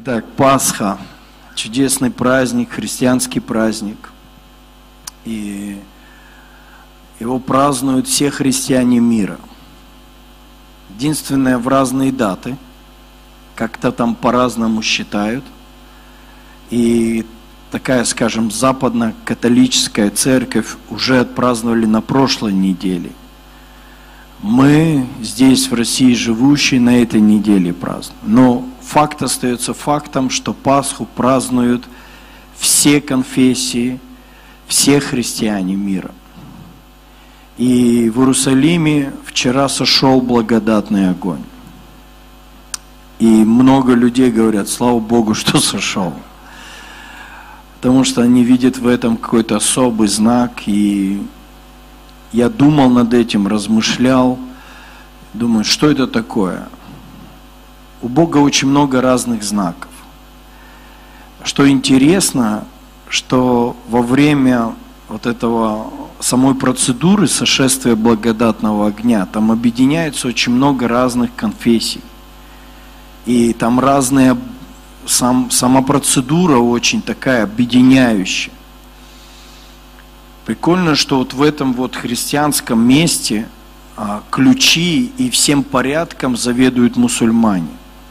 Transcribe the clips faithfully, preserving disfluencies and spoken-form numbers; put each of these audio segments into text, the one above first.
Итак, Пасха, чудесный праздник, христианский праздник. И его празднуют все христиане мира. Единственное, в разные даты, как-то там по-разному считают. И такая, скажем, западно-католическая церковь уже отпраздновали на прошлой неделе. Мы здесь, в России, живущие, на этой неделе празднуем. Но факт остается фактом, что Пасху празднуют все конфессии, все христиане мира. И в Иерусалиме вчера сошел благодатный огонь. И много людей говорят: слава Богу, что сошел. Потому что они видят в этом какой-то особый знак. И я думал над этим, размышлял, думаю, что это такое? У Бога очень много разных знаков. Что интересно, что во время вот этого самой процедуры сошествия благодатного огня там объединяется очень много разных конфессий. И там разные, сам, сама процедура очень такая объединяющая. Прикольно, что вот в этом вот христианском месте а, ключи и всем порядком заведуют мусульмане.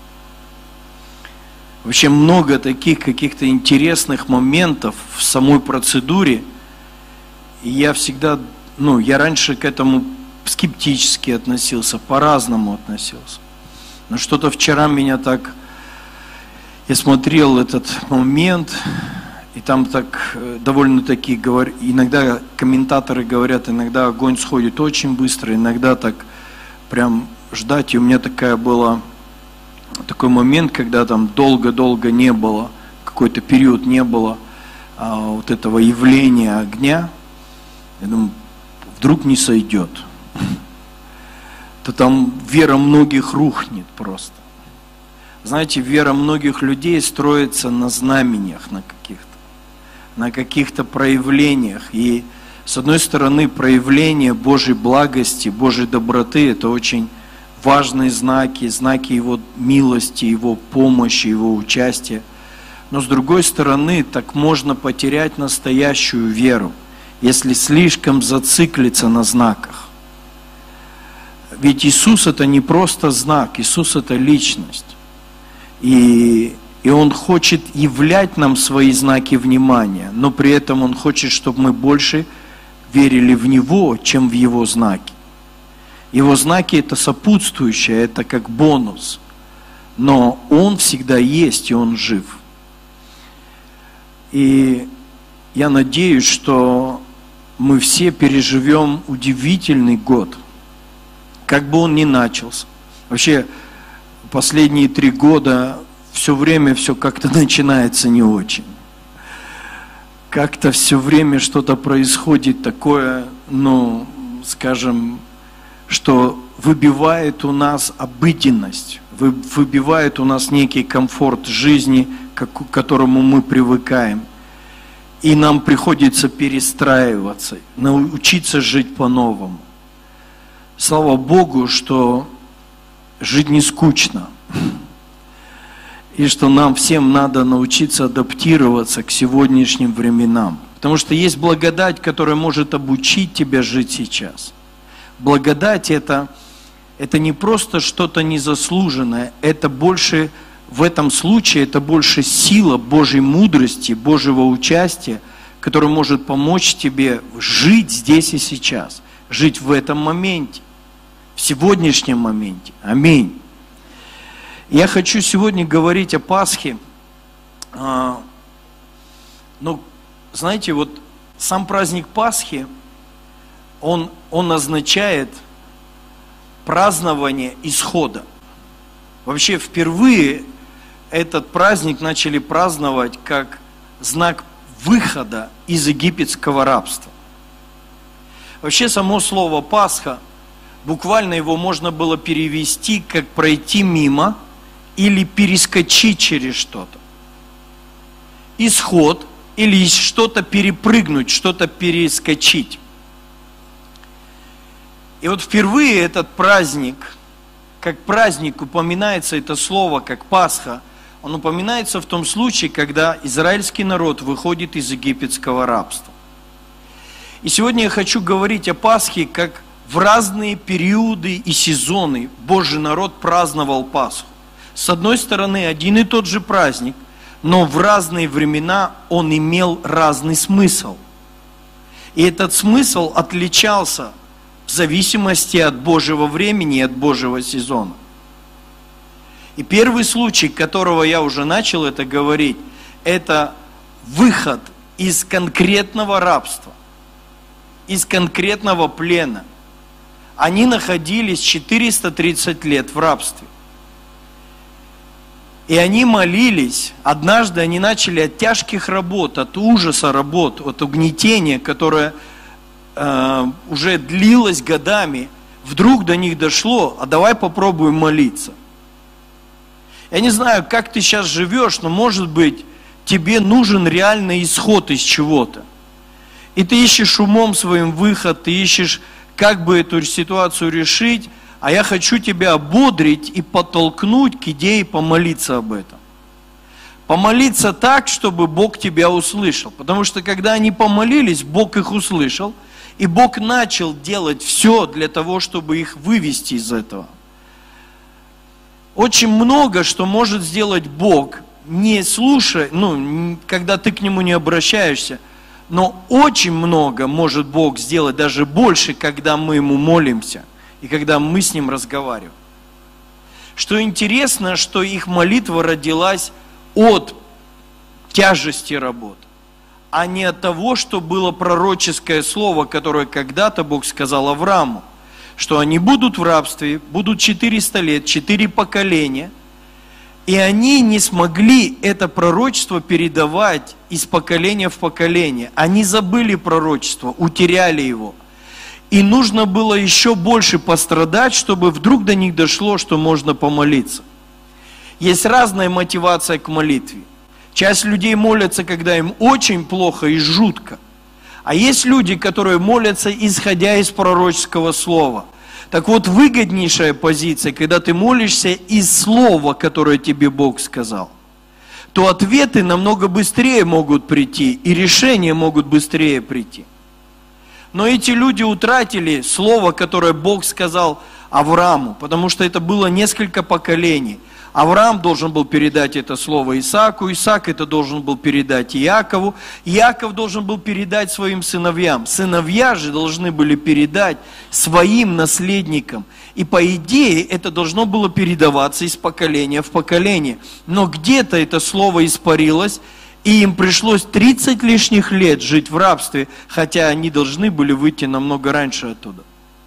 Вообще много таких каких-то интересных моментов в самой процедуре. И я всегда, ну, я раньше к этому скептически относился, по-разному относился. Но что-то вчера меня так, я смотрел этот момент, и там так довольно-таки, иногда комментаторы говорят, иногда огонь сходит очень быстро, иногда так прям ждать. И у меня такая была, такой момент, когда там долго-долго не было, какой-то период не было а, вот этого явления огня. Я думаю, вдруг не сойдет. То там вера многих рухнет просто. Знаете, вера многих людей строится на знамениях, на каких-то, на каких-то проявлениях. И с одной стороны, проявление Божьей благости, Божьей доброты – это очень важные знаки, знаки Его милости, Его помощи, Его участия. Но с другой стороны, так можно потерять настоящую веру, если слишком зациклиться на знаках. Ведь Иисус – это не просто знак, Иисус – это личность. И, и Он хочет являть нам свои знаки внимания, но при этом Он хочет, чтобы мы больше верили в Него, чем в Его знаки. Его знаки – это сопутствующее, это как бонус. Но Он всегда есть, и Он жив. И я надеюсь, что мы все переживем удивительный год, как бы он ни начался. Вообще, последние три года все время все как-то начинается не очень. Как-то все время что-то происходит такое, ну, скажем, что выбивает у нас обыденность, выбивает у нас некий комфорт жизни, к которому мы привыкаем. И нам приходится перестраиваться, научиться жить по-новому. Слава Богу, что жить не скучно. И что нам всем надо научиться адаптироваться к сегодняшним временам. Потому что есть благодать, которая может обучить тебя жить сейчас. Благодать это, это не просто что-то незаслуженное, это больше, в этом случае, это больше сила Божьей мудрости, Божьего участия, которая может помочь тебе жить здесь и сейчас, жить в этом моменте, в сегодняшнем моменте. Аминь. Я хочу сегодня говорить о Пасхе. А, ну, знаете, вот сам праздник Пасхи, он, он означает празднование исхода. Вообще впервые этот праздник начали праздновать как знак выхода из египетского рабства. Вообще само слово Пасха, буквально его можно было перевести как пройти мимо или перескочить через что-то. Исход или что-то перепрыгнуть, что-то перескочить. И вот впервые этот праздник, как праздник упоминается это слово, как Пасха, Он упоминается в том случае, когда израильский народ выходит из египетского рабства. И сегодня я хочу говорить о Пасхе, как в разные периоды и сезоны Божий народ праздновал Пасху. С одной стороны, один и тот же праздник, но в разные времена он имел разный смысл. И этот смысл отличался в зависимости от Божьего времени и от Божьего сезона. И первый случай, которого я уже начал это говорить, это выход из конкретного рабства, из конкретного плена. Они находились четыреста тридцать лет в рабстве. И они молились. Однажды они начали от тяжких работ, от ужаса работ, от угнетения, которое э, уже длилось годами. Вдруг до них дошло, а давай попробуем молиться. Я не знаю, как ты сейчас живешь, но, может быть, тебе нужен реальный исход из чего-то. И ты ищешь умом своим выход, ты ищешь, как бы эту ситуацию решить, а я хочу тебя ободрить и подтолкнуть к идее помолиться об этом. Помолиться так, чтобы Бог тебя услышал. Потому что, когда они помолились, Бог их услышал, и Бог начал делать все для того, чтобы их вывести из этого. Очень много, что может сделать Бог, не слушая, ну, когда ты к Нему не обращаешься, но очень много может Бог сделать, даже больше, когда мы Ему молимся и когда мы с Ним разговариваем. Что интересно, что их молитва родилась от тяжести работ, а не от того, что было пророческое слово, которое когда-то Бог сказал Аврааму, что они будут в рабстве, будут четыреста лет, четыре поколения, и они не смогли это пророчество передавать из поколения в поколение. Они забыли пророчество, утеряли его. И нужно было еще больше пострадать, чтобы вдруг до них дошло, что можно помолиться. Есть разная мотивация к молитве. Часть людей молятся, когда им очень плохо и жутко. А есть люди, которые молятся, исходя из пророческого слова. Так вот, выгоднейшая позиция, когда ты молишься из слова, которое тебе Бог сказал, то ответы намного быстрее могут прийти, и решения могут быстрее прийти. Но эти люди утратили слово, которое Бог сказал Аврааму, потому что это было несколько поколений. Авраам должен был передать это слово Исааку, Исаак это должен был передать Иакову, Иаков должен был передать своим сыновьям. Сыновья же должны были передать своим наследникам. И по идее это должно было передаваться из поколения в поколение. Но где-то это слово испарилось, и им пришлось тридцать лишних лет жить в рабстве, хотя они должны были выйти намного раньше оттуда.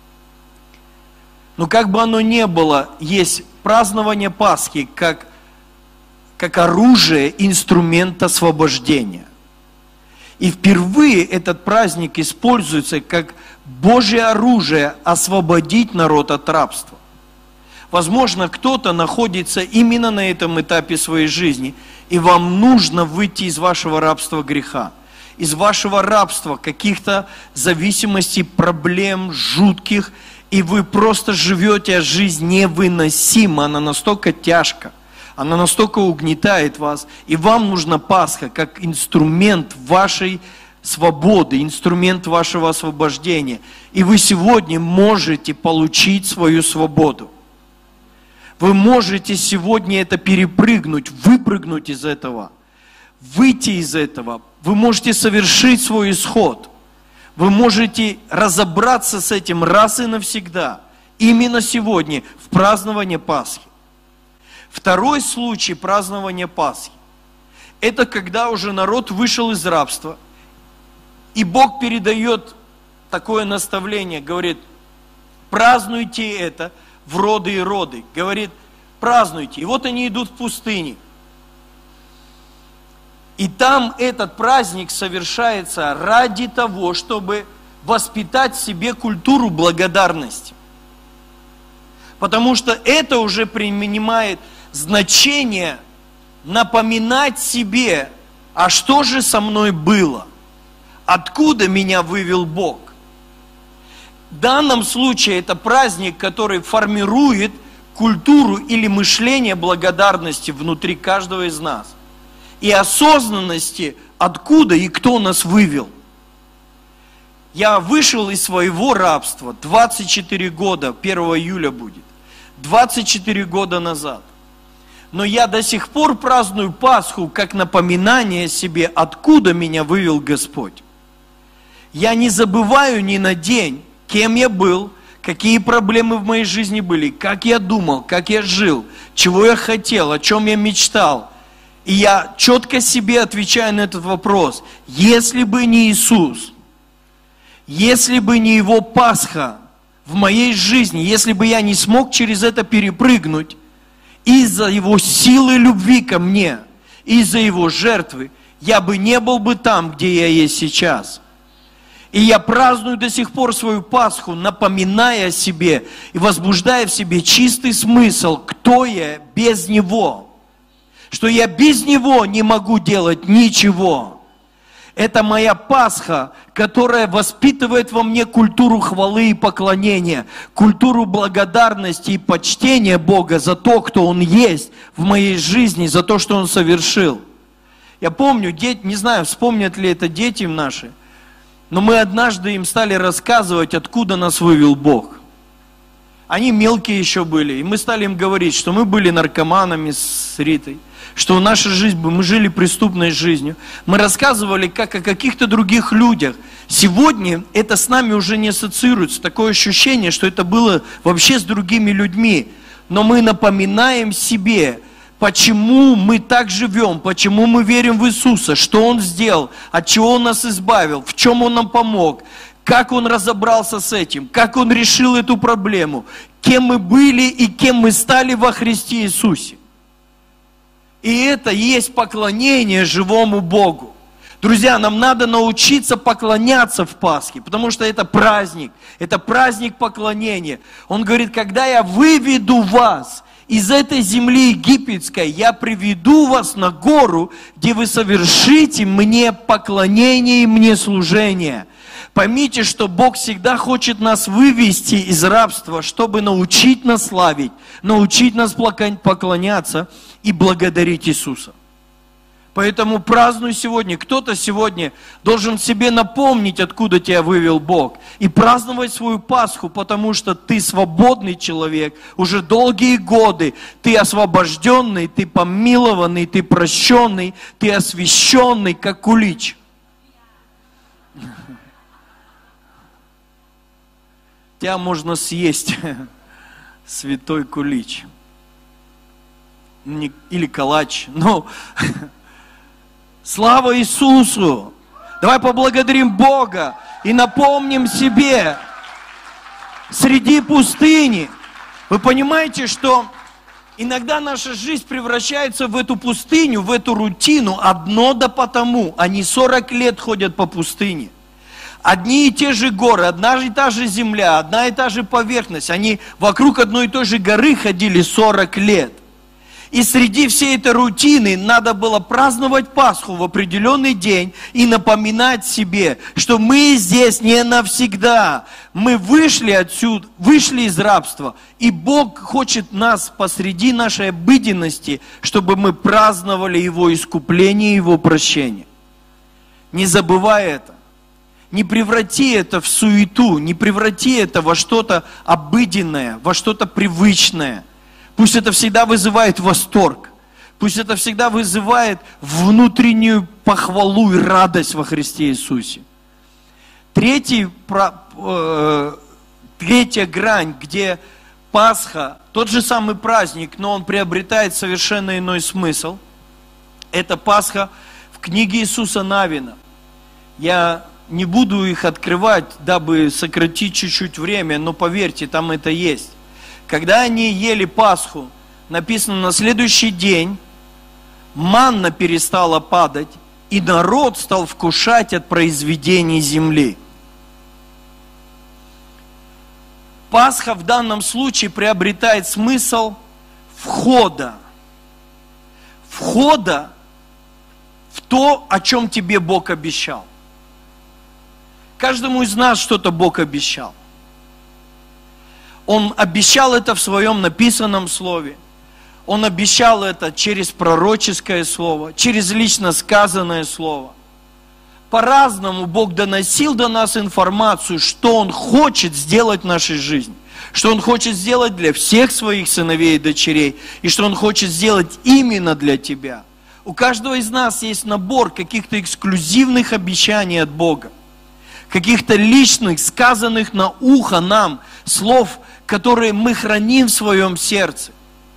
Но как бы оно ни было, есть празднование Пасхи как, как оружие, инструмент освобождения. И впервые этот праздник используется как Божье оружие освободить народ от рабства. Возможно, кто-то находится именно на этом этапе своей жизни, и вам нужно выйти из вашего рабства греха, из вашего рабства каких-то зависимостей, проблем жутких, и вы просто живете, а жизнь невыносима, она настолько тяжка, она настолько угнетает вас, и вам нужна Пасха как инструмент вашей свободы, инструмент вашего освобождения. И вы сегодня можете получить свою свободу. Вы можете сегодня это перепрыгнуть, выпрыгнуть из этого, выйти из этого. Вы можете совершить свой исход. Вы можете разобраться с этим раз и навсегда. Именно сегодня, в праздновании Пасхи. Второй случай празднования Пасхи. Это когда уже народ вышел из рабства. И Бог передает такое наставление, говорит, празднуйте это в роды и роды. Говорит, празднуйте. И вот они идут в пустыне. И там этот праздник совершается ради того, чтобы воспитать в себе культуру благодарности. Потому что это уже принимает значение напоминать себе, а что же со мной было? Откуда меня вывел Бог? В данном случае это праздник, который формирует культуру или мышление благодарности внутри каждого из нас. И осознанности, откуда и кто нас вывел. Я вышел из своего рабства двадцать четыре года, первого июля будет, двадцать четыре года назад. Но я до сих пор праздную Пасху как напоминание себе, откуда меня вывел Господь. Я не забываю ни на день, кем я был, какие проблемы в моей жизни были, как я думал, как я жил, чего я хотел, о чем я мечтал. И я четко себе отвечаю на этот вопрос. Если бы не Иисус, если бы не Его Пасха в моей жизни, если бы я не смог через это перепрыгнуть, из-за Его силы любви ко мне, из-за Его жертвы, я бы не был бы там, где я есть сейчас. И я праздную до сих пор свою Пасху, напоминая о себе и возбуждая в себе чистый смысл, кто я без Него. Что я без Него не могу делать ничего. Это моя Пасха, которая воспитывает во мне культуру хвалы и поклонения, культуру благодарности и почтения Бога за то, кто Он есть в моей жизни, за то, что Он совершил. Я помню, дети, не знаю, вспомнят ли это дети наши, но мы однажды им стали рассказывать, откуда нас вывел Бог. Они мелкие еще были, и мы стали им говорить, что мы были наркоманами с Ритой, что наша жизнь, мы жили преступной жизнью. Мы рассказывали как о каких-то других людях. Сегодня это с нами уже не ассоциируется. Такое ощущение, что это было вообще с другими людьми. Но мы напоминаем себе, почему мы так живем, почему мы верим в Иисуса, что Он сделал, от чего Он нас избавил, в чем Он нам помог, как Он разобрался с этим, как Он решил эту проблему, кем мы были и кем мы стали во Христе Иисусе. И это и есть поклонение живому Богу. Друзья, нам надо научиться поклоняться в Пасхе, потому что это праздник, это праздник поклонения. Он говорит, когда я выведу вас из этой земли египетской, я приведу вас на гору, где вы совершите мне поклонение и мне служение. Поймите, что Бог всегда хочет нас вывести из рабства, чтобы научить нас славить, научить нас поклоняться и благодарить Иисуса. Поэтому празднуй сегодня. Кто-то сегодня должен себе напомнить, откуда тебя вывел Бог. И праздновать свою Пасху, потому что ты свободный человек. Уже долгие годы ты освобожденный, ты помилованный, ты прощенный, ты освященный, как кулич. Тебя можно съесть, святой кулич. Или калач. Но слава Иисусу! Давай поблагодарим Бога и напомним себе среди пустыни. Вы понимаете, что иногда наша жизнь превращается в эту пустыню, в эту рутину одно да потому. Они сорок лет ходят по пустыне. Одни и те же горы, одна и та же земля, одна и та же поверхность. Они вокруг одной и той же горы ходили сорок лет. И среди всей этой рутины надо было праздновать Пасху в определенный день и напоминать себе, что мы здесь не навсегда. Мы вышли отсюда, вышли из рабства, и Бог хочет нас посреди нашей обыденности, чтобы мы праздновали Его искупление и Его прощение. Не забывай это. Не преврати это в суету, не преврати это во что-то обыденное, во что-то привычное. Пусть это всегда вызывает восторг. Пусть это всегда вызывает внутреннюю похвалу и радость во Христе Иисусе. Третий, э, третья грань, где Пасха, тот же самый праздник, но он приобретает совершенно иной смысл. Это Пасха в книге Иисуса Навина. Я не буду их открывать, дабы сократить чуть-чуть время, но поверьте, там это есть. Когда они ели Пасху, написано, на следующий день манна перестала падать, и народ стал вкушать от произведений земли. Пасха в данном случае приобретает смысл входа. Входа в то, о чем тебе Бог обещал. Каждому из нас что-то Бог обещал. Он обещал это в Своем написанном Слове. Он обещал это через пророческое Слово, через лично сказанное Слово. По-разному Бог доносил до нас информацию, что Он хочет сделать в нашей жизни, что Он хочет сделать для всех Своих сыновей и дочерей, и что Он хочет сделать именно для тебя. У каждого из нас есть набор каких-то эксклюзивных обещаний от Бога, каких-то личных, сказанных на ухо нам слов, которые мы храним в своем сердце.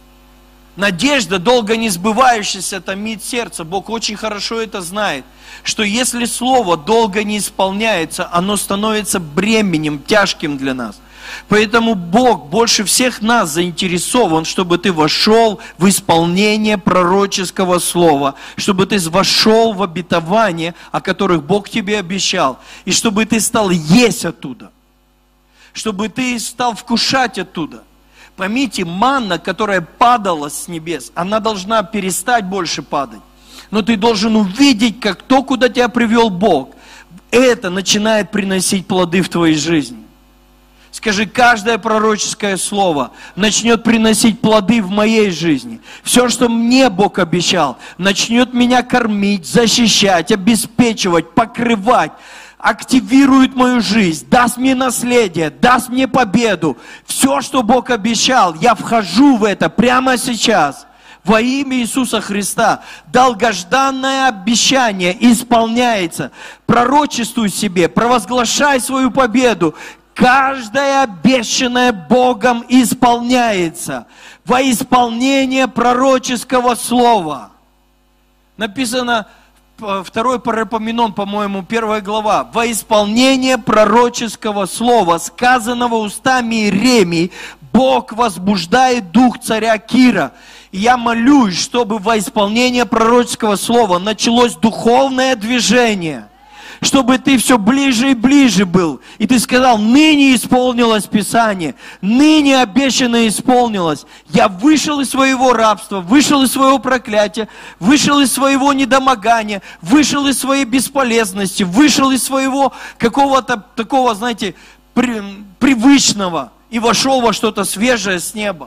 Надежда, долго не сбывающаяся, томит сердце. Бог очень хорошо это знает, что если слово долго не исполняется, оно становится бременем, тяжким для нас. Поэтому Бог больше всех нас заинтересован, чтобы ты вошел в исполнение пророческого слова, чтобы ты вошел в обетование, о которых Бог тебе обещал, и чтобы ты стал есть оттуда, чтобы ты стал вкушать оттуда. Поймите, манна, которая падала с небес, она должна перестать больше падать. Но ты должен увидеть, как то, куда тебя привел Бог, это начинает приносить плоды в твоей жизни. Скажи, каждое пророческое слово начнет приносить плоды в моей жизни. Все, что мне Бог обещал, начнет меня кормить, защищать, обеспечивать, покрывать, активирует мою жизнь, даст мне наследие, даст мне победу. Все, что Бог обещал, я вхожу в это прямо сейчас. Во имя Иисуса Христа. Долгожданное обещание исполняется. Пророчествуй себе, провозглашай свою победу. Каждое обещанное Богом исполняется во исполнение пророческого слова. Написано, второй Паралипоменон, по-моему, первая глава. Во исполнение пророческого слова, сказанного устами Иеремии, Бог возбуждает дух царя Кира. И я молюсь, чтобы во исполнение пророческого слова началось духовное движение. Чтобы ты все ближе и ближе был. И ты сказал, ныне исполнилось Писание, ныне обещанное исполнилось. Я вышел из своего рабства, вышел из своего проклятия, вышел из своего недомогания, вышел из своей бесполезности, вышел из своего какого-то такого, знаете, при, привычного и вошел во что-то свежее с неба.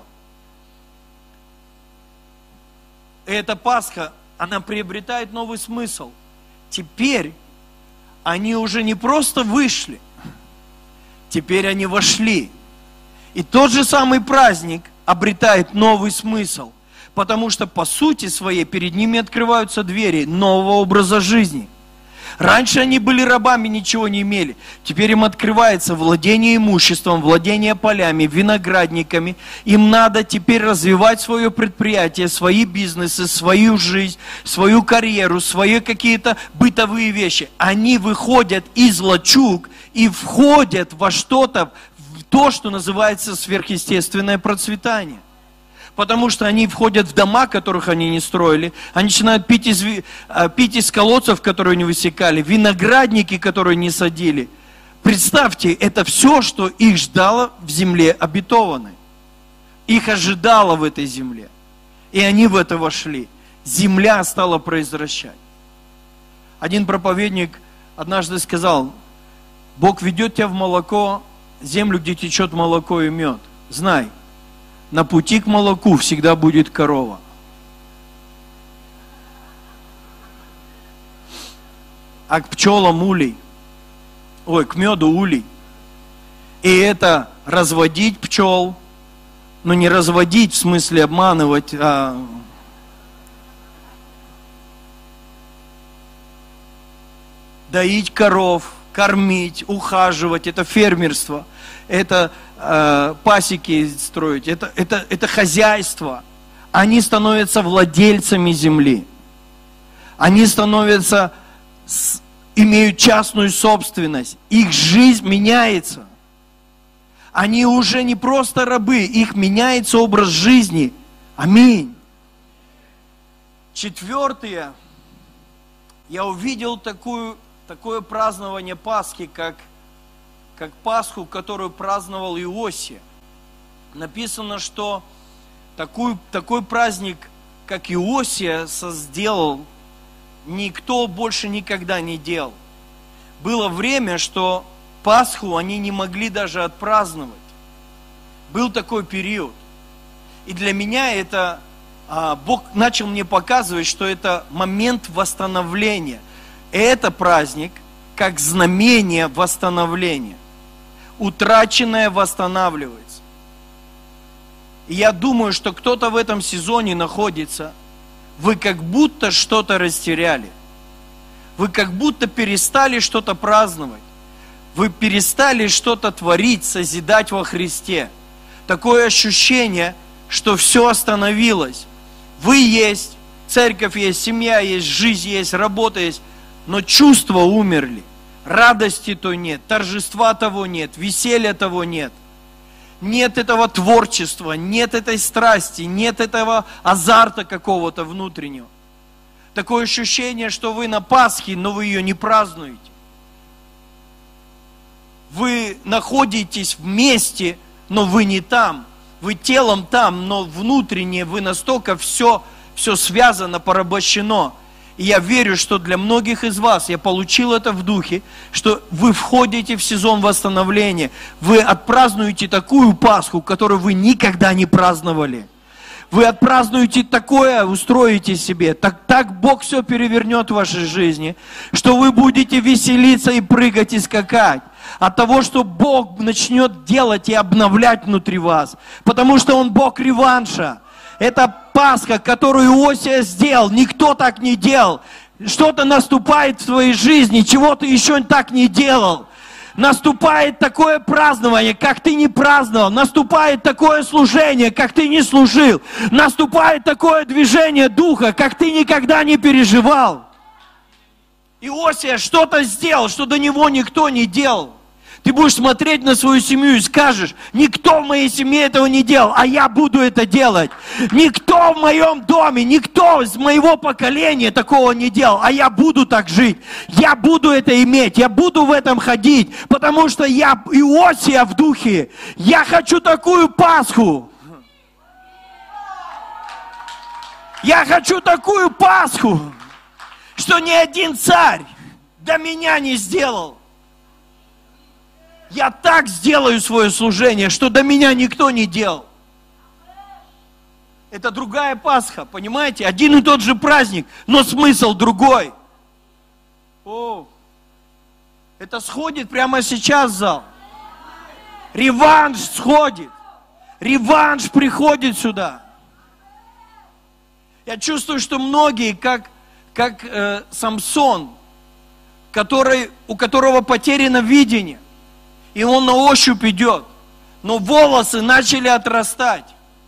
И эта Пасха, она приобретает новый смысл. Теперь они уже не просто вышли, теперь они вошли. И тот же самый праздник обретает новый смысл, потому что по сути своей перед ними открываются двери нового образа жизни. Раньше они были рабами, ничего не имели. Теперь им открывается владение имуществом, владение полями, виноградниками. Им надо теперь развивать свое предприятие, свои бизнесы, свою жизнь, свою карьеру, свои какие-то бытовые вещи. Они выходят из лачуг и входят во что-то, в то, что называется сверхъестественное процветание. Потому что они входят в дома, которых они не строили. Они начинают пить из, пить из колодцев, которые не высекали. Виноградники, которые не садили. Представьте, это все, что их ждало в земле обетованной. Их ожидало в этой земле. И они в это вошли. Земля стала произвращать. Один проповедник однажды сказал, Бог ведет тебя в молоко, землю, где течет молоко и мед. Знай, на пути к молоку всегда будет корова. А к пчелам улей. Ой, к меду улей. И это разводить пчел, но не разводить в смысле обманывать, а доить коров, кормить, ухаживать. Это фермерство. Это э, пасеки строить, это, это, это хозяйство. Они становятся владельцами земли. Они становятся, с, имеют частную собственность. Их жизнь меняется. Они уже не просто рабы, их меняется образ жизни. Аминь. Четвертое. Я увидел такую, такое празднование Пасхи, как как Пасху, которую праздновал Иосия. Написано, что такой, такой праздник, как Иосия сделал, никто больше никогда не делал. Было время, что Пасху они не могли даже отпраздновать. Был такой период. И для меня это, а, Бог начал мне показывать, что это момент восстановления. И это праздник, как знамение восстановления. Утраченное восстанавливается. И я думаю, что кто-то в этом сезоне находится, вы как будто что-то растеряли. Вы как будто перестали что-то праздновать. Вы перестали что-то творить, созидать во Христе. Такое ощущение, что все остановилось. Вы есть, церковь есть, семья есть, жизнь есть, работа есть, но чувства умерли. Радости то нет, торжества того нет, веселья того нет. Нет этого творчества, нет этой страсти, нет этого азарта какого-то внутреннего. Такое ощущение, что вы на Пасхе, но вы ее не празднуете. Вы находитесь вместе, но вы не там. Вы телом там, но внутренне вы настолько все, все связано, порабощено. И я верю, что для многих из вас, я получил это в духе, что вы входите в сезон восстановления. Вы отпразднуете такую Пасху, которую вы никогда не праздновали. Вы отпразднуете такое, устроите себе. Так, так Бог все перевернет в вашей жизни, что вы будете веселиться и прыгать и скакать. От того, что Бог начнет делать и обновлять внутри вас. Потому что Он Бог реванша. Это Пасха, которую Иосия сделал. Никто так не делал. Что-то наступает в твоей жизни, чего ты еще так не делал. Наступает такое празднование, как ты не праздновал. Наступает такое служение, как ты не служил. Наступает такое движение духа, как ты никогда не переживал. Иосия что-то сделал, что до него никто не делал. Ты будешь смотреть на свою семью и скажешь: никто в моей семье этого не делал, а я буду это делать. Никто в моем доме, никто из моего поколения такого не делал, а я буду так жить. Я буду это иметь, я буду в этом ходить, потому что я Иосия в духе. Я хочу такую Пасху. Я хочу такую Пасху, что ни один царь до меня не сделал. Я так сделаю свое служение, что до меня никто не делал. Это другая Пасха, понимаете? Один и тот же праздник, но смысл другой. О, это сходит прямо сейчас в зал. Реванш сходит. Реванш приходит сюда. Я чувствую, что многие, как, как э, Самсон, который, у которого потеряно видение, и он на ощупь идет. Но волосы начали отрастать.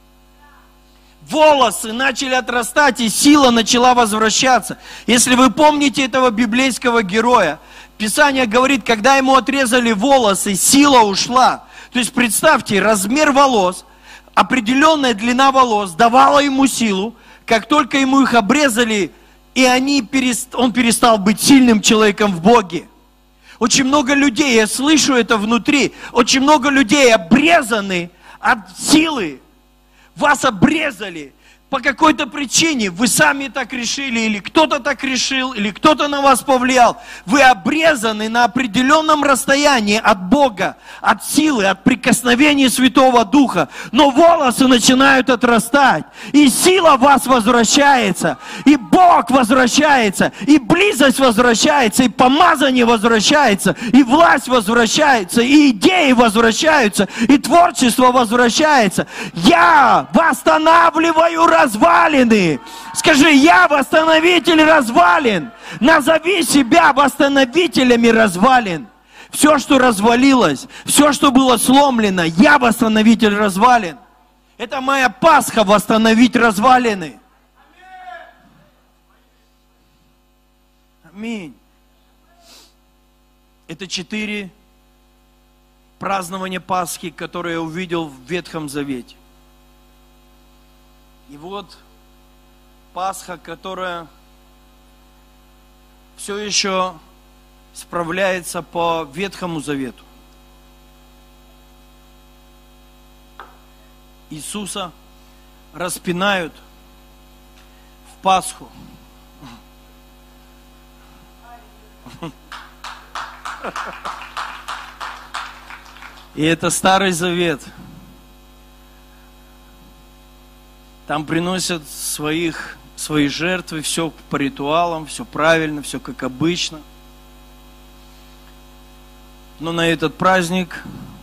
Волосы начали отрастать, и сила начала возвращаться. Если вы помните этого библейского героя, Писание говорит, когда ему отрезали волосы, сила ушла. То есть представьте, размер волос, определенная длина волос давала ему силу. Как только ему их обрезали, и они перест... он перестал быть сильным человеком в Боге. Очень много людей, я слышу это внутри, очень много людей обрезаны от силы. Вас обрезали по какой-то причине. Вы сами так решили, или кто-то так решил, или кто-то на вас повлиял. Вы обрезаны на определенном расстоянии от Бога, от силы, от прикосновения Святого Духа. Но волосы начинают отрастать, и сила в вас возвращается, и Бог возвращается, и близость возвращается, и помазание возвращается, и власть возвращается, и идеи возвращаются, и творчество возвращается. Я восстанавливаю развалины. Скажи: я восстановитель развалин. Назови себя восстановителями развалин. Все, что развалилось, все, что было сломлено, я восстановитель развалин. Это моя Пасха — восстановить развалины. Аминь. Это четыре празднования Пасхи, которые я увидел в Ветхом Завете. И вот Пасха, которая все еще справляется по Ветхому Завету. Иисуса распинают в Пасху. И это Старый Завет. Там приносят своих, свои жертвы, все по ритуалам, все правильно, все как обычно. Но на этот праздник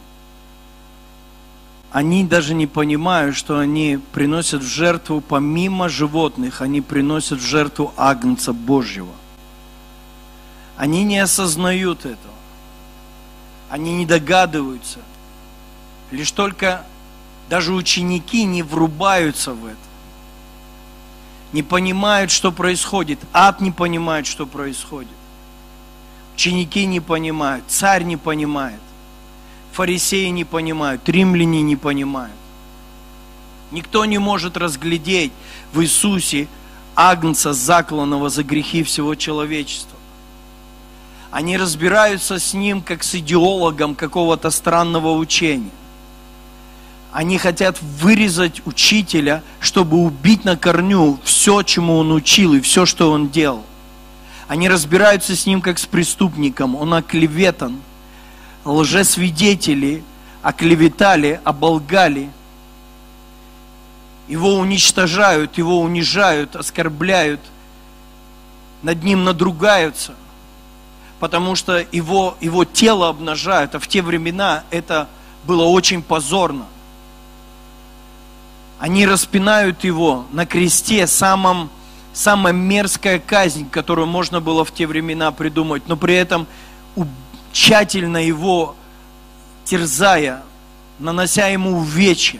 они даже не понимают, что они приносят в жертву помимо животных, они приносят в жертву Агнца Божьего. Они не осознают этого. Они не догадываются. Лишь только даже ученики не врубаются в это. Не понимают, что происходит. Ад не понимает, что происходит. Ученики не понимают. Царь не понимает. Фарисеи не понимают. Римляне не понимают. Никто не может разглядеть в Иисусе Агнца, закланного за грехи всего человечества. Они разбираются с Ним, как с идеологом какого-то странного учения. Они хотят вырезать учителя, чтобы убить на корню все, чему он учил и все, что он делал. Они разбираются с Ним, как с преступником. Он оклеветан. Лжесвидетели оклеветали, оболгали. Его уничтожают, его унижают, оскорбляют. Над Ним надругаются. Потому что его, его тело обнажают, а в те времена это было очень позорно. Они распинают его на кресте, самом, самая мерзкая казнь, которую можно было в те времена придумать, но при этом тщательно его терзая, нанося ему увечья.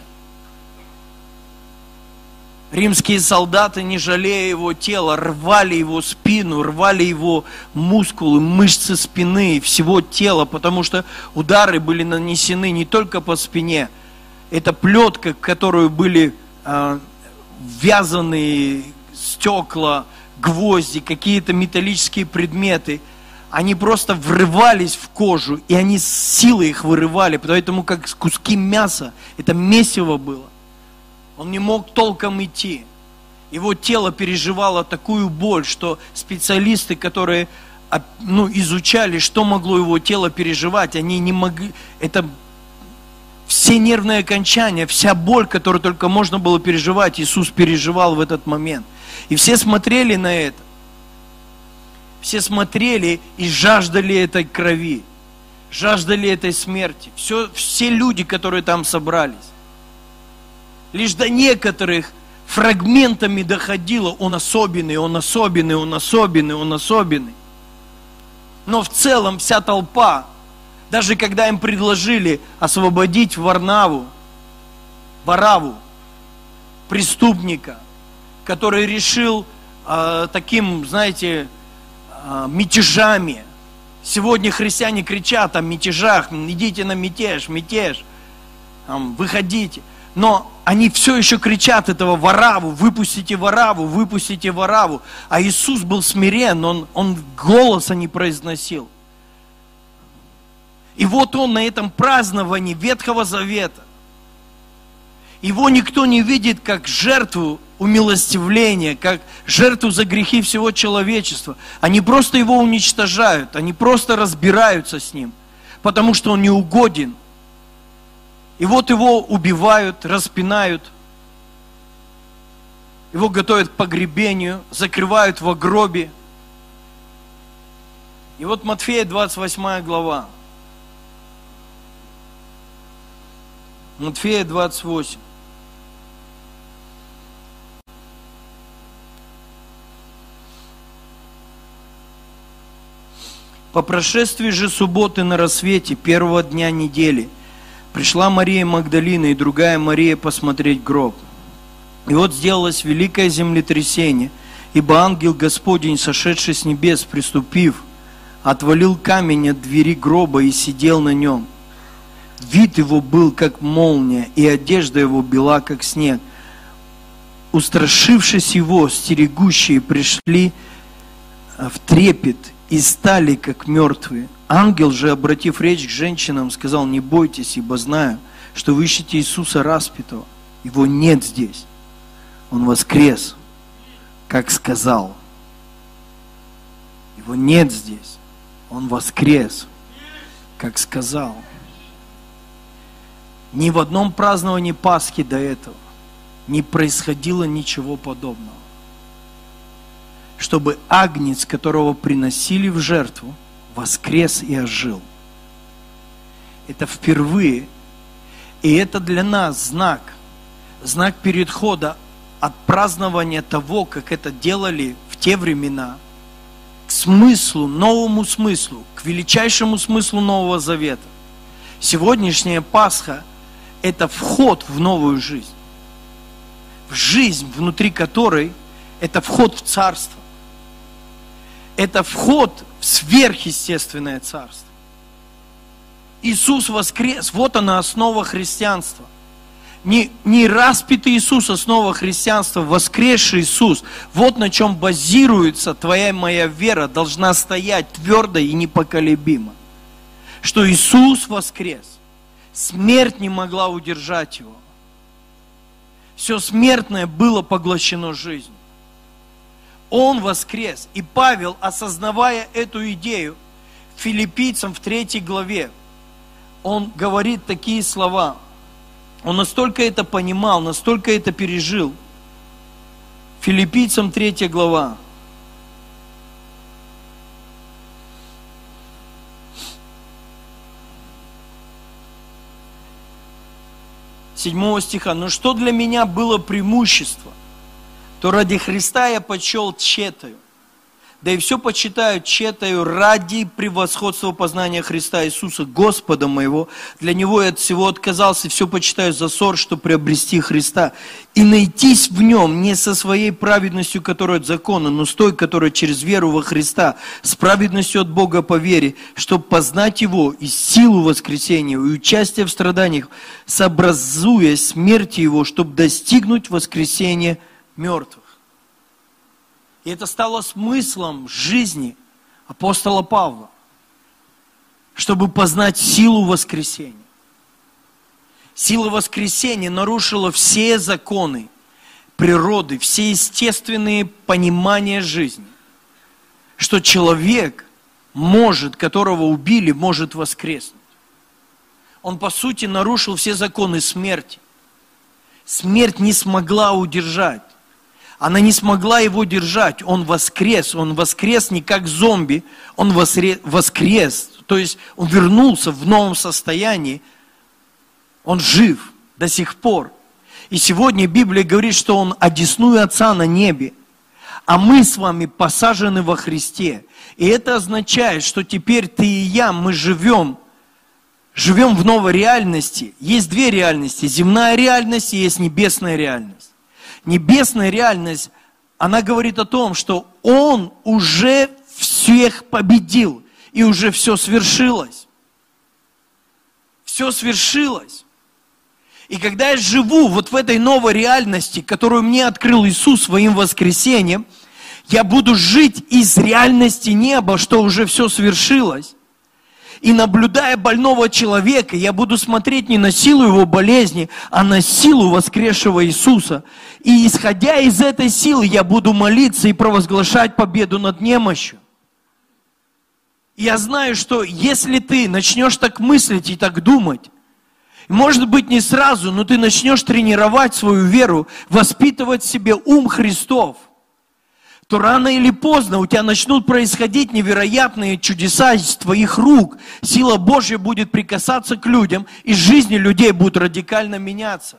Римские солдаты, не жалея его тела, рвали его спину, рвали его мускулы, мышцы спины, всего тела, потому что удары были нанесены не только по спине. Это плетка, в которую были э, ввязаны стекла, гвозди, какие-то металлические предметы. Они просто врывались в кожу, и они с силой их вырывали, поэтому как куски мяса, это месиво было. Он не мог толком идти. Его тело переживало такую боль, что специалисты, которые ну, изучали, что могло его тело переживать, они не могли... Это все нервные окончания, вся боль, которую только можно было переживать, Иисус переживал в этот момент. И все смотрели на это. Все смотрели и жаждали этой крови, жаждали этой смерти. Все, все люди, которые там собрались. Лишь до некоторых фрагментами доходило, он особенный, он особенный, он особенный, он особенный. Но в целом вся толпа, даже когда им предложили освободить Варнаву, Вараву, преступника, который решил э, таким, знаете, э, мятежами. Сегодня христиане кричат о мятежах, идите на мятеж, мятеж, там, выходите. Но они все еще кричат этого Вараву, выпустите Вараву, выпустите Вараву. А Иисус был смирен, он, он голоса не произносил. И вот он на этом праздновании Ветхого Завета. Его никто не видит как жертву умилостивления, как жертву за грехи всего человечества. Они просто его уничтожают, они просто разбираются с ним, потому что он не угоден. И вот его убивают, распинают, его готовят к погребению, закрывают во гробе. И вот Матфея двадцать восьмая глава. Матфея двадцать восемь. По прошествии же субботы на рассвете первого дня недели пришла Мария Магдалина и другая Мария посмотреть гроб. И вот сделалось великое землетрясение, ибо ангел Господень, сошедший с небес, приступив, отвалил камень от двери гроба и сидел на нем. Вид его был, как молния, и одежда его бела, как снег. Устрашившись его, стерегущие пришли в трепет и стали, как мертвые. Ангел же, обратив речь к женщинам, сказал: не бойтесь, ибо знаю, что вы ищете Иисуса распятого. Его нет здесь. Он воскрес, как сказал. Его нет здесь. Он воскрес, как сказал. Ни в одном праздновании Пасхи до этого не происходило ничего подобного. Чтобы агнец, которого приносили в жертву, воскрес и ожил. Это впервые. И это для нас знак. Знак перехода от празднования того, как это делали в те времена, к смыслу, новому смыслу, к величайшему смыслу Нового Завета. Сегодняшняя Пасха – это вход в новую жизнь. В жизнь, внутри которой это вход в Царство. Это вход в сверхъестественное Царство. Иисус воскрес, вот она основа христианства. Не, не распятый Иисус основа христианства, воскресший Иисус. Вот на чем базируется твоя и моя вера, должна стоять твердо и непоколебимо. Что Иисус воскрес. Смерть не могла удержать Его. Все смертное было поглощено жизнью. Он воскрес. И Павел, осознавая эту идею, Филиппийцам в третьей главе, он говорит такие слова. Он настолько это понимал, настолько это пережил. Филиппийцам третья глава. седьмого стиха. «Но что для меня было преимущество, то ради Христа я почел тщетою, да и все почитаю тщетою ради превосходства познания Христа Иисуса, Господа моего. Для Него я от всего отказался, и все почитаю за ссор, что приобрести Христа, и найтись в Нем не со своей праведностью, которая от закона, но с той, которая через веру во Христа, с праведностью от Бога по вере, чтобы познать Его и силу воскресения, и участие в страданиях, сообразуя смерти Его, чтобы достигнуть воскресения мертвых». И это стало смыслом жизни апостола Павла, чтобы познать силу воскресения. Сила воскресения нарушила все законы природы, все естественные понимания жизни, что человек может, которого убили, может воскреснуть. Он, по сути, нарушил все законы смерти. Смерть не смогла удержать. Она не смогла его держать. Он воскрес. Он воскрес не как зомби. Он воскрес. То есть он вернулся в новом состоянии. Он жив до сих пор. И сегодня Библия говорит, что он одесную Отца на небе. А мы с вами посажены во Христе. И это означает, что теперь ты и я, мы живем. Живем в новой реальности. Есть две реальности. Земная реальность и есть небесная реальность. Небесная реальность, она говорит о том, что Он уже всех победил, и уже все свершилось. Все свершилось. И когда я живу вот в этой новой реальности, которую мне открыл Иисус своим воскресением, я буду жить из реальности неба, что уже все свершилось. И наблюдая больного человека, я буду смотреть не на силу его болезни, а на силу воскресшего Иисуса. И исходя из этой силы, я буду молиться и провозглашать победу над немощью. И я знаю, что если ты начнешь так мыслить и так думать, может быть не сразу, но ты начнешь тренировать свою веру, воспитывать в себе ум Христов, то рано или поздно у тебя начнут происходить невероятные чудеса из твоих рук. Сила Божья будет прикасаться к людям, и жизни людей будут радикально меняться.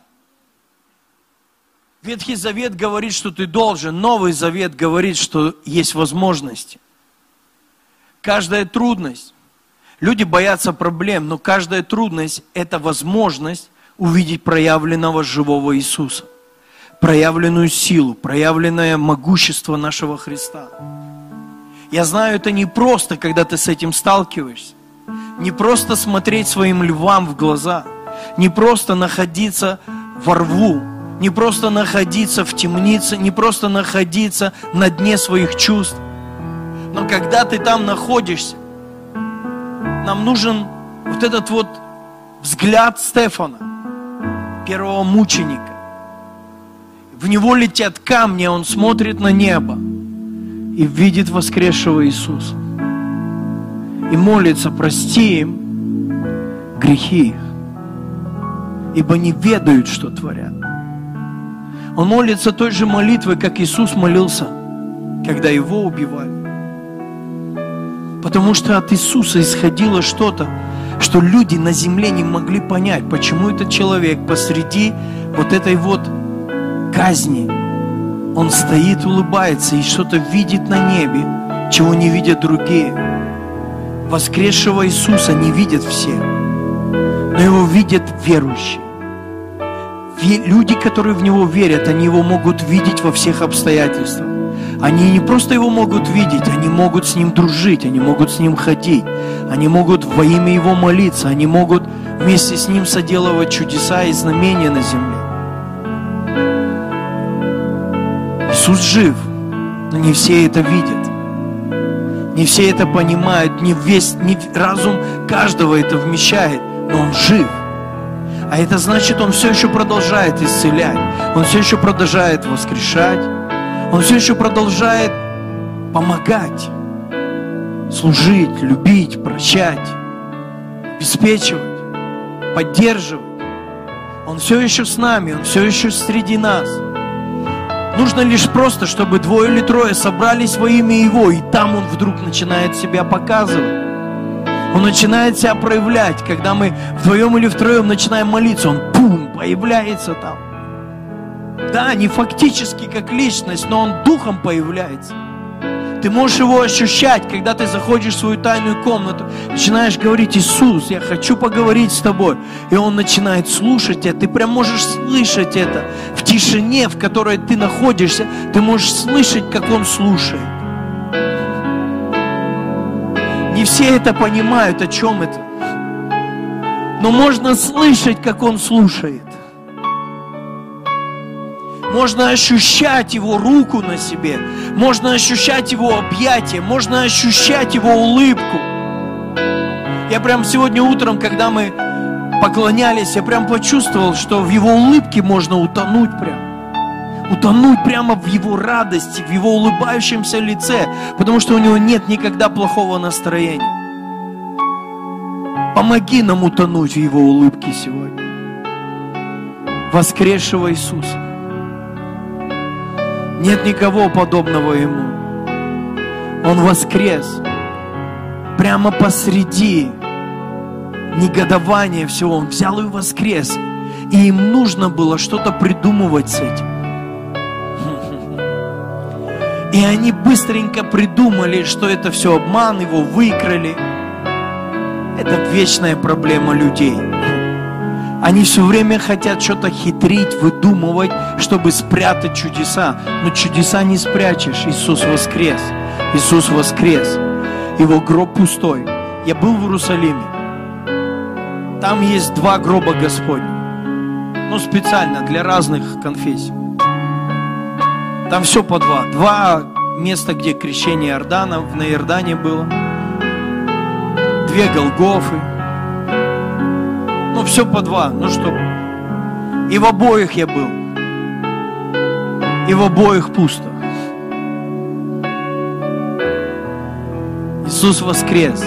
Ветхий Завет говорит, что ты должен, Новый Завет говорит, что есть возможности. Каждая трудность, люди боятся проблем, но каждая трудность – это возможность увидеть проявленного живого Иисуса. Проявленную силу, проявленное могущество нашего Христа. Я знаю, это не просто, когда ты с этим сталкиваешься. Не просто смотреть своим львам в глаза. Не просто находиться во рву. Не просто находиться в темнице. Не просто находиться на дне своих чувств. Но когда ты там находишься, нам нужен вот этот вот взгляд Стефана, первого мученика. В него летят камни, он смотрит на небо и видит воскресшего Иисуса. И молится: прости им грехи их, ибо не ведают, что творят. Он молится той же молитвой, как Иисус молился, когда Его убивали. Потому что от Иисуса исходило что-то, что люди на земле не могли понять, почему этот человек посреди вот этой вот казни, он стоит, улыбается и что-то видит на небе, чего не видят другие. Воскресшего Иисуса не видят все, но Его видят верующие. Люди, которые в Него верят, они Его могут видеть во всех обстоятельствах. Они не просто Его могут видеть, они могут с Ним дружить, они могут с Ним ходить, они могут во имя Его молиться, они могут вместе с Ним соделывать чудеса и знамения на земле. Иисус жив, но не все это видят. Не все это понимают, не весь, не разум каждого это вмещает, но Он жив. А это значит, Он все еще продолжает исцелять, Он все еще продолжает воскрешать, Он все еще продолжает помогать, служить, любить, прощать, обеспечивать, поддерживать. Он все еще с нами, Он все еще среди нас. Нужно лишь просто, чтобы двое или трое собрались во имя Его, и там Он вдруг начинает себя показывать. Он начинает себя проявлять. Когда мы вдвоем или втроем начинаем молиться, Он пум, появляется там. Да, не фактически как личность, но Он духом появляется. Ты можешь Его ощущать, когда ты заходишь в свою тайную комнату, начинаешь говорить: Иисус, я хочу поговорить с Тобой. И Он начинает слушать это. Ты прям можешь слышать это. В тишине, в которой ты находишься, ты можешь слышать, как Он слушает. Не все это понимают, о чем это. Но можно слышать, как Он слушает. Можно ощущать Его руку на себе. Можно ощущать Его объятия. Можно ощущать Его улыбку. Я прям сегодня утром, когда мы поклонялись, я прям почувствовал, что в Его улыбке можно утонуть прям. Утонуть прямо в Его радости, в Его улыбающемся лице. Потому что у Него нет никогда плохого настроения. Помоги нам утонуть в Его улыбке сегодня. Воскресшего Иисуса. Нет никого подобного Ему. Он воскрес прямо посреди негодования всего. Он взял и воскрес. И им нужно было что-то придумывать с этим. И они быстренько придумали, что это все обман, его выкрали. Это вечная проблема людей. Они все время хотят что-то хитрить, выдумывать, чтобы спрятать чудеса. Но чудеса не спрячешь. Иисус воскрес. Иисус воскрес. Его гроб пустой. Я был в Иерусалиме. Там есть два гроба Господня. Ну, специально для разных конфессий. Там все по два. Два места, где крещение Иордана, на Иордане было. Две Голгофы. Ну, все по два. Ну что? И в обоих я был. И в обоих пусто. Иисус воскрес.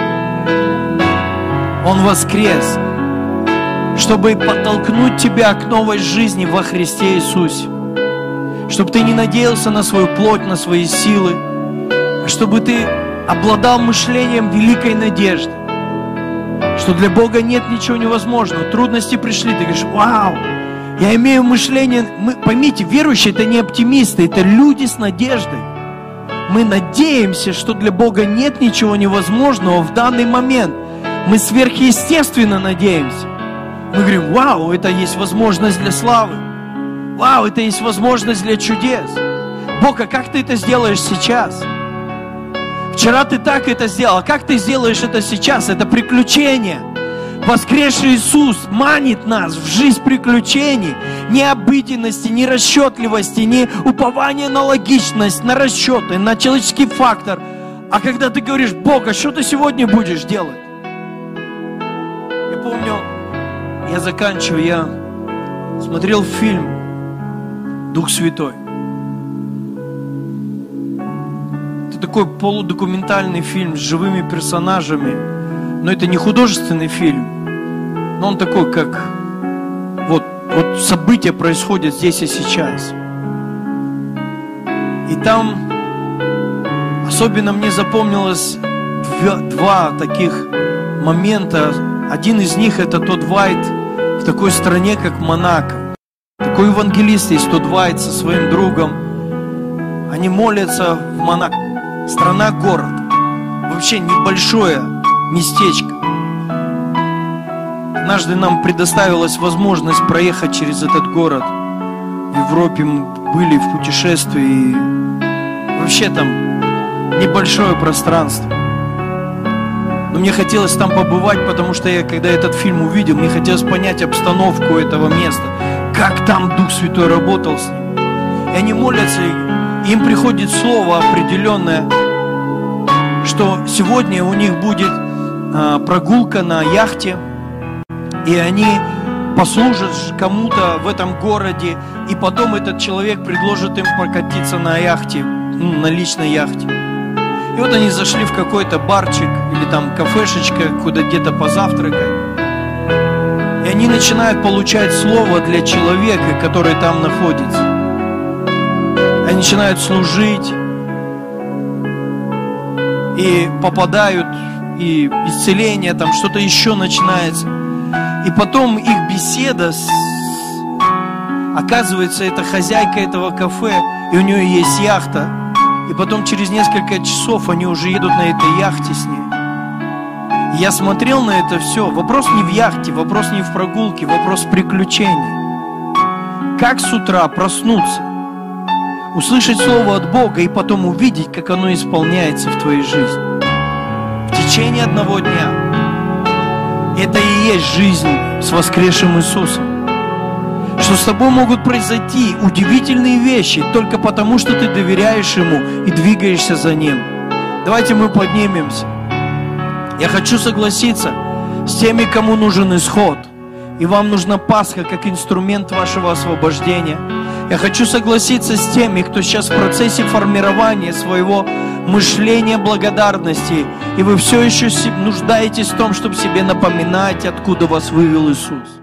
Он воскрес, чтобы подтолкнуть тебя к новой жизни во Христе Иисусе. Чтобы ты не надеялся на свою плоть, на свои силы, а чтобы ты обладал мышлением великой надежды. Что для Бога нет ничего невозможного. Трудности пришли, ты говоришь: вау, я имею мышление. Мы, поймите, верующие — это не оптимисты, это люди с надеждой. Мы надеемся, что для Бога нет ничего невозможного в данный момент. Мы сверхъестественно надеемся. Мы говорим: вау, это есть возможность для славы. Вау, это есть возможность для чудес. Бог, а как ты это сделаешь сейчас? Вчера ты так это сделал, а как ты сделаешь это сейчас? Это приключение. Воскресший Иисус манит нас в жизнь приключений. Ни обыденности, ни расчетливости, ни упования на логичность, на расчеты, на человеческий фактор. А когда ты говоришь: Бог, а что ты сегодня будешь делать? Я помню, я заканчиваю, я смотрел фильм «Дух Святой». Это такой полудокументальный фильм с живыми персонажами. Но это не художественный фильм. Но он такой, как вот вот события происходят здесь и сейчас. И там особенно мне запомнилось два, два таких момента. Один из них — это Тодд Уайт в такой стране, как Монако. Такой евангелист есть, Тодд Уайт, со своим другом. Они молятся в Монако. Страна-город. Вообще небольшое местечко. Однажды нам предоставилась возможность проехать через этот город. В Европе мы были в путешествии. Вообще там небольшое пространство. Но мне хотелось там побывать, потому что я, когда этот фильм увидел, мне хотелось понять обстановку этого места. Как там Дух Святой работал с ним. И они молятся, и им приходит слово определенное, что сегодня у них будет а, прогулка на яхте, и они послужат кому-то в этом городе, и потом этот человек предложит им прокатиться на яхте, ну, на личной яхте. И вот они зашли в какой-то барчик или там кафешечка, куда где-то позавтракать. И они начинают получать слово для человека, который там находится. Они начинают служить и попадают, и исцеление, там что-то еще начинается. И потом их беседа с... Оказывается, это хозяйка этого кафе, и у нее есть яхта. И потом через несколько часов они уже едут на этой яхте с ней. И я смотрел на это все. Вопрос не в яхте, вопрос не в прогулке, вопрос в приключении. Как с утра проснуться, услышать слово от Бога и потом увидеть, как оно исполняется в твоей жизни. В течение одного дня. Это и есть жизнь с воскресшим Иисусом. Что с тобой могут произойти удивительные вещи только потому, что ты доверяешь Ему и двигаешься за Ним. Давайте мы поднимемся. Я хочу согласиться с теми, кому нужен исход. И вам нужна Пасха как инструмент вашего освобождения. Я хочу согласиться с теми, кто сейчас в процессе формирования своего мышления благодарности. И вы все еще нуждаетесь в том, чтобы себе напоминать, откуда вас вывел Иисус.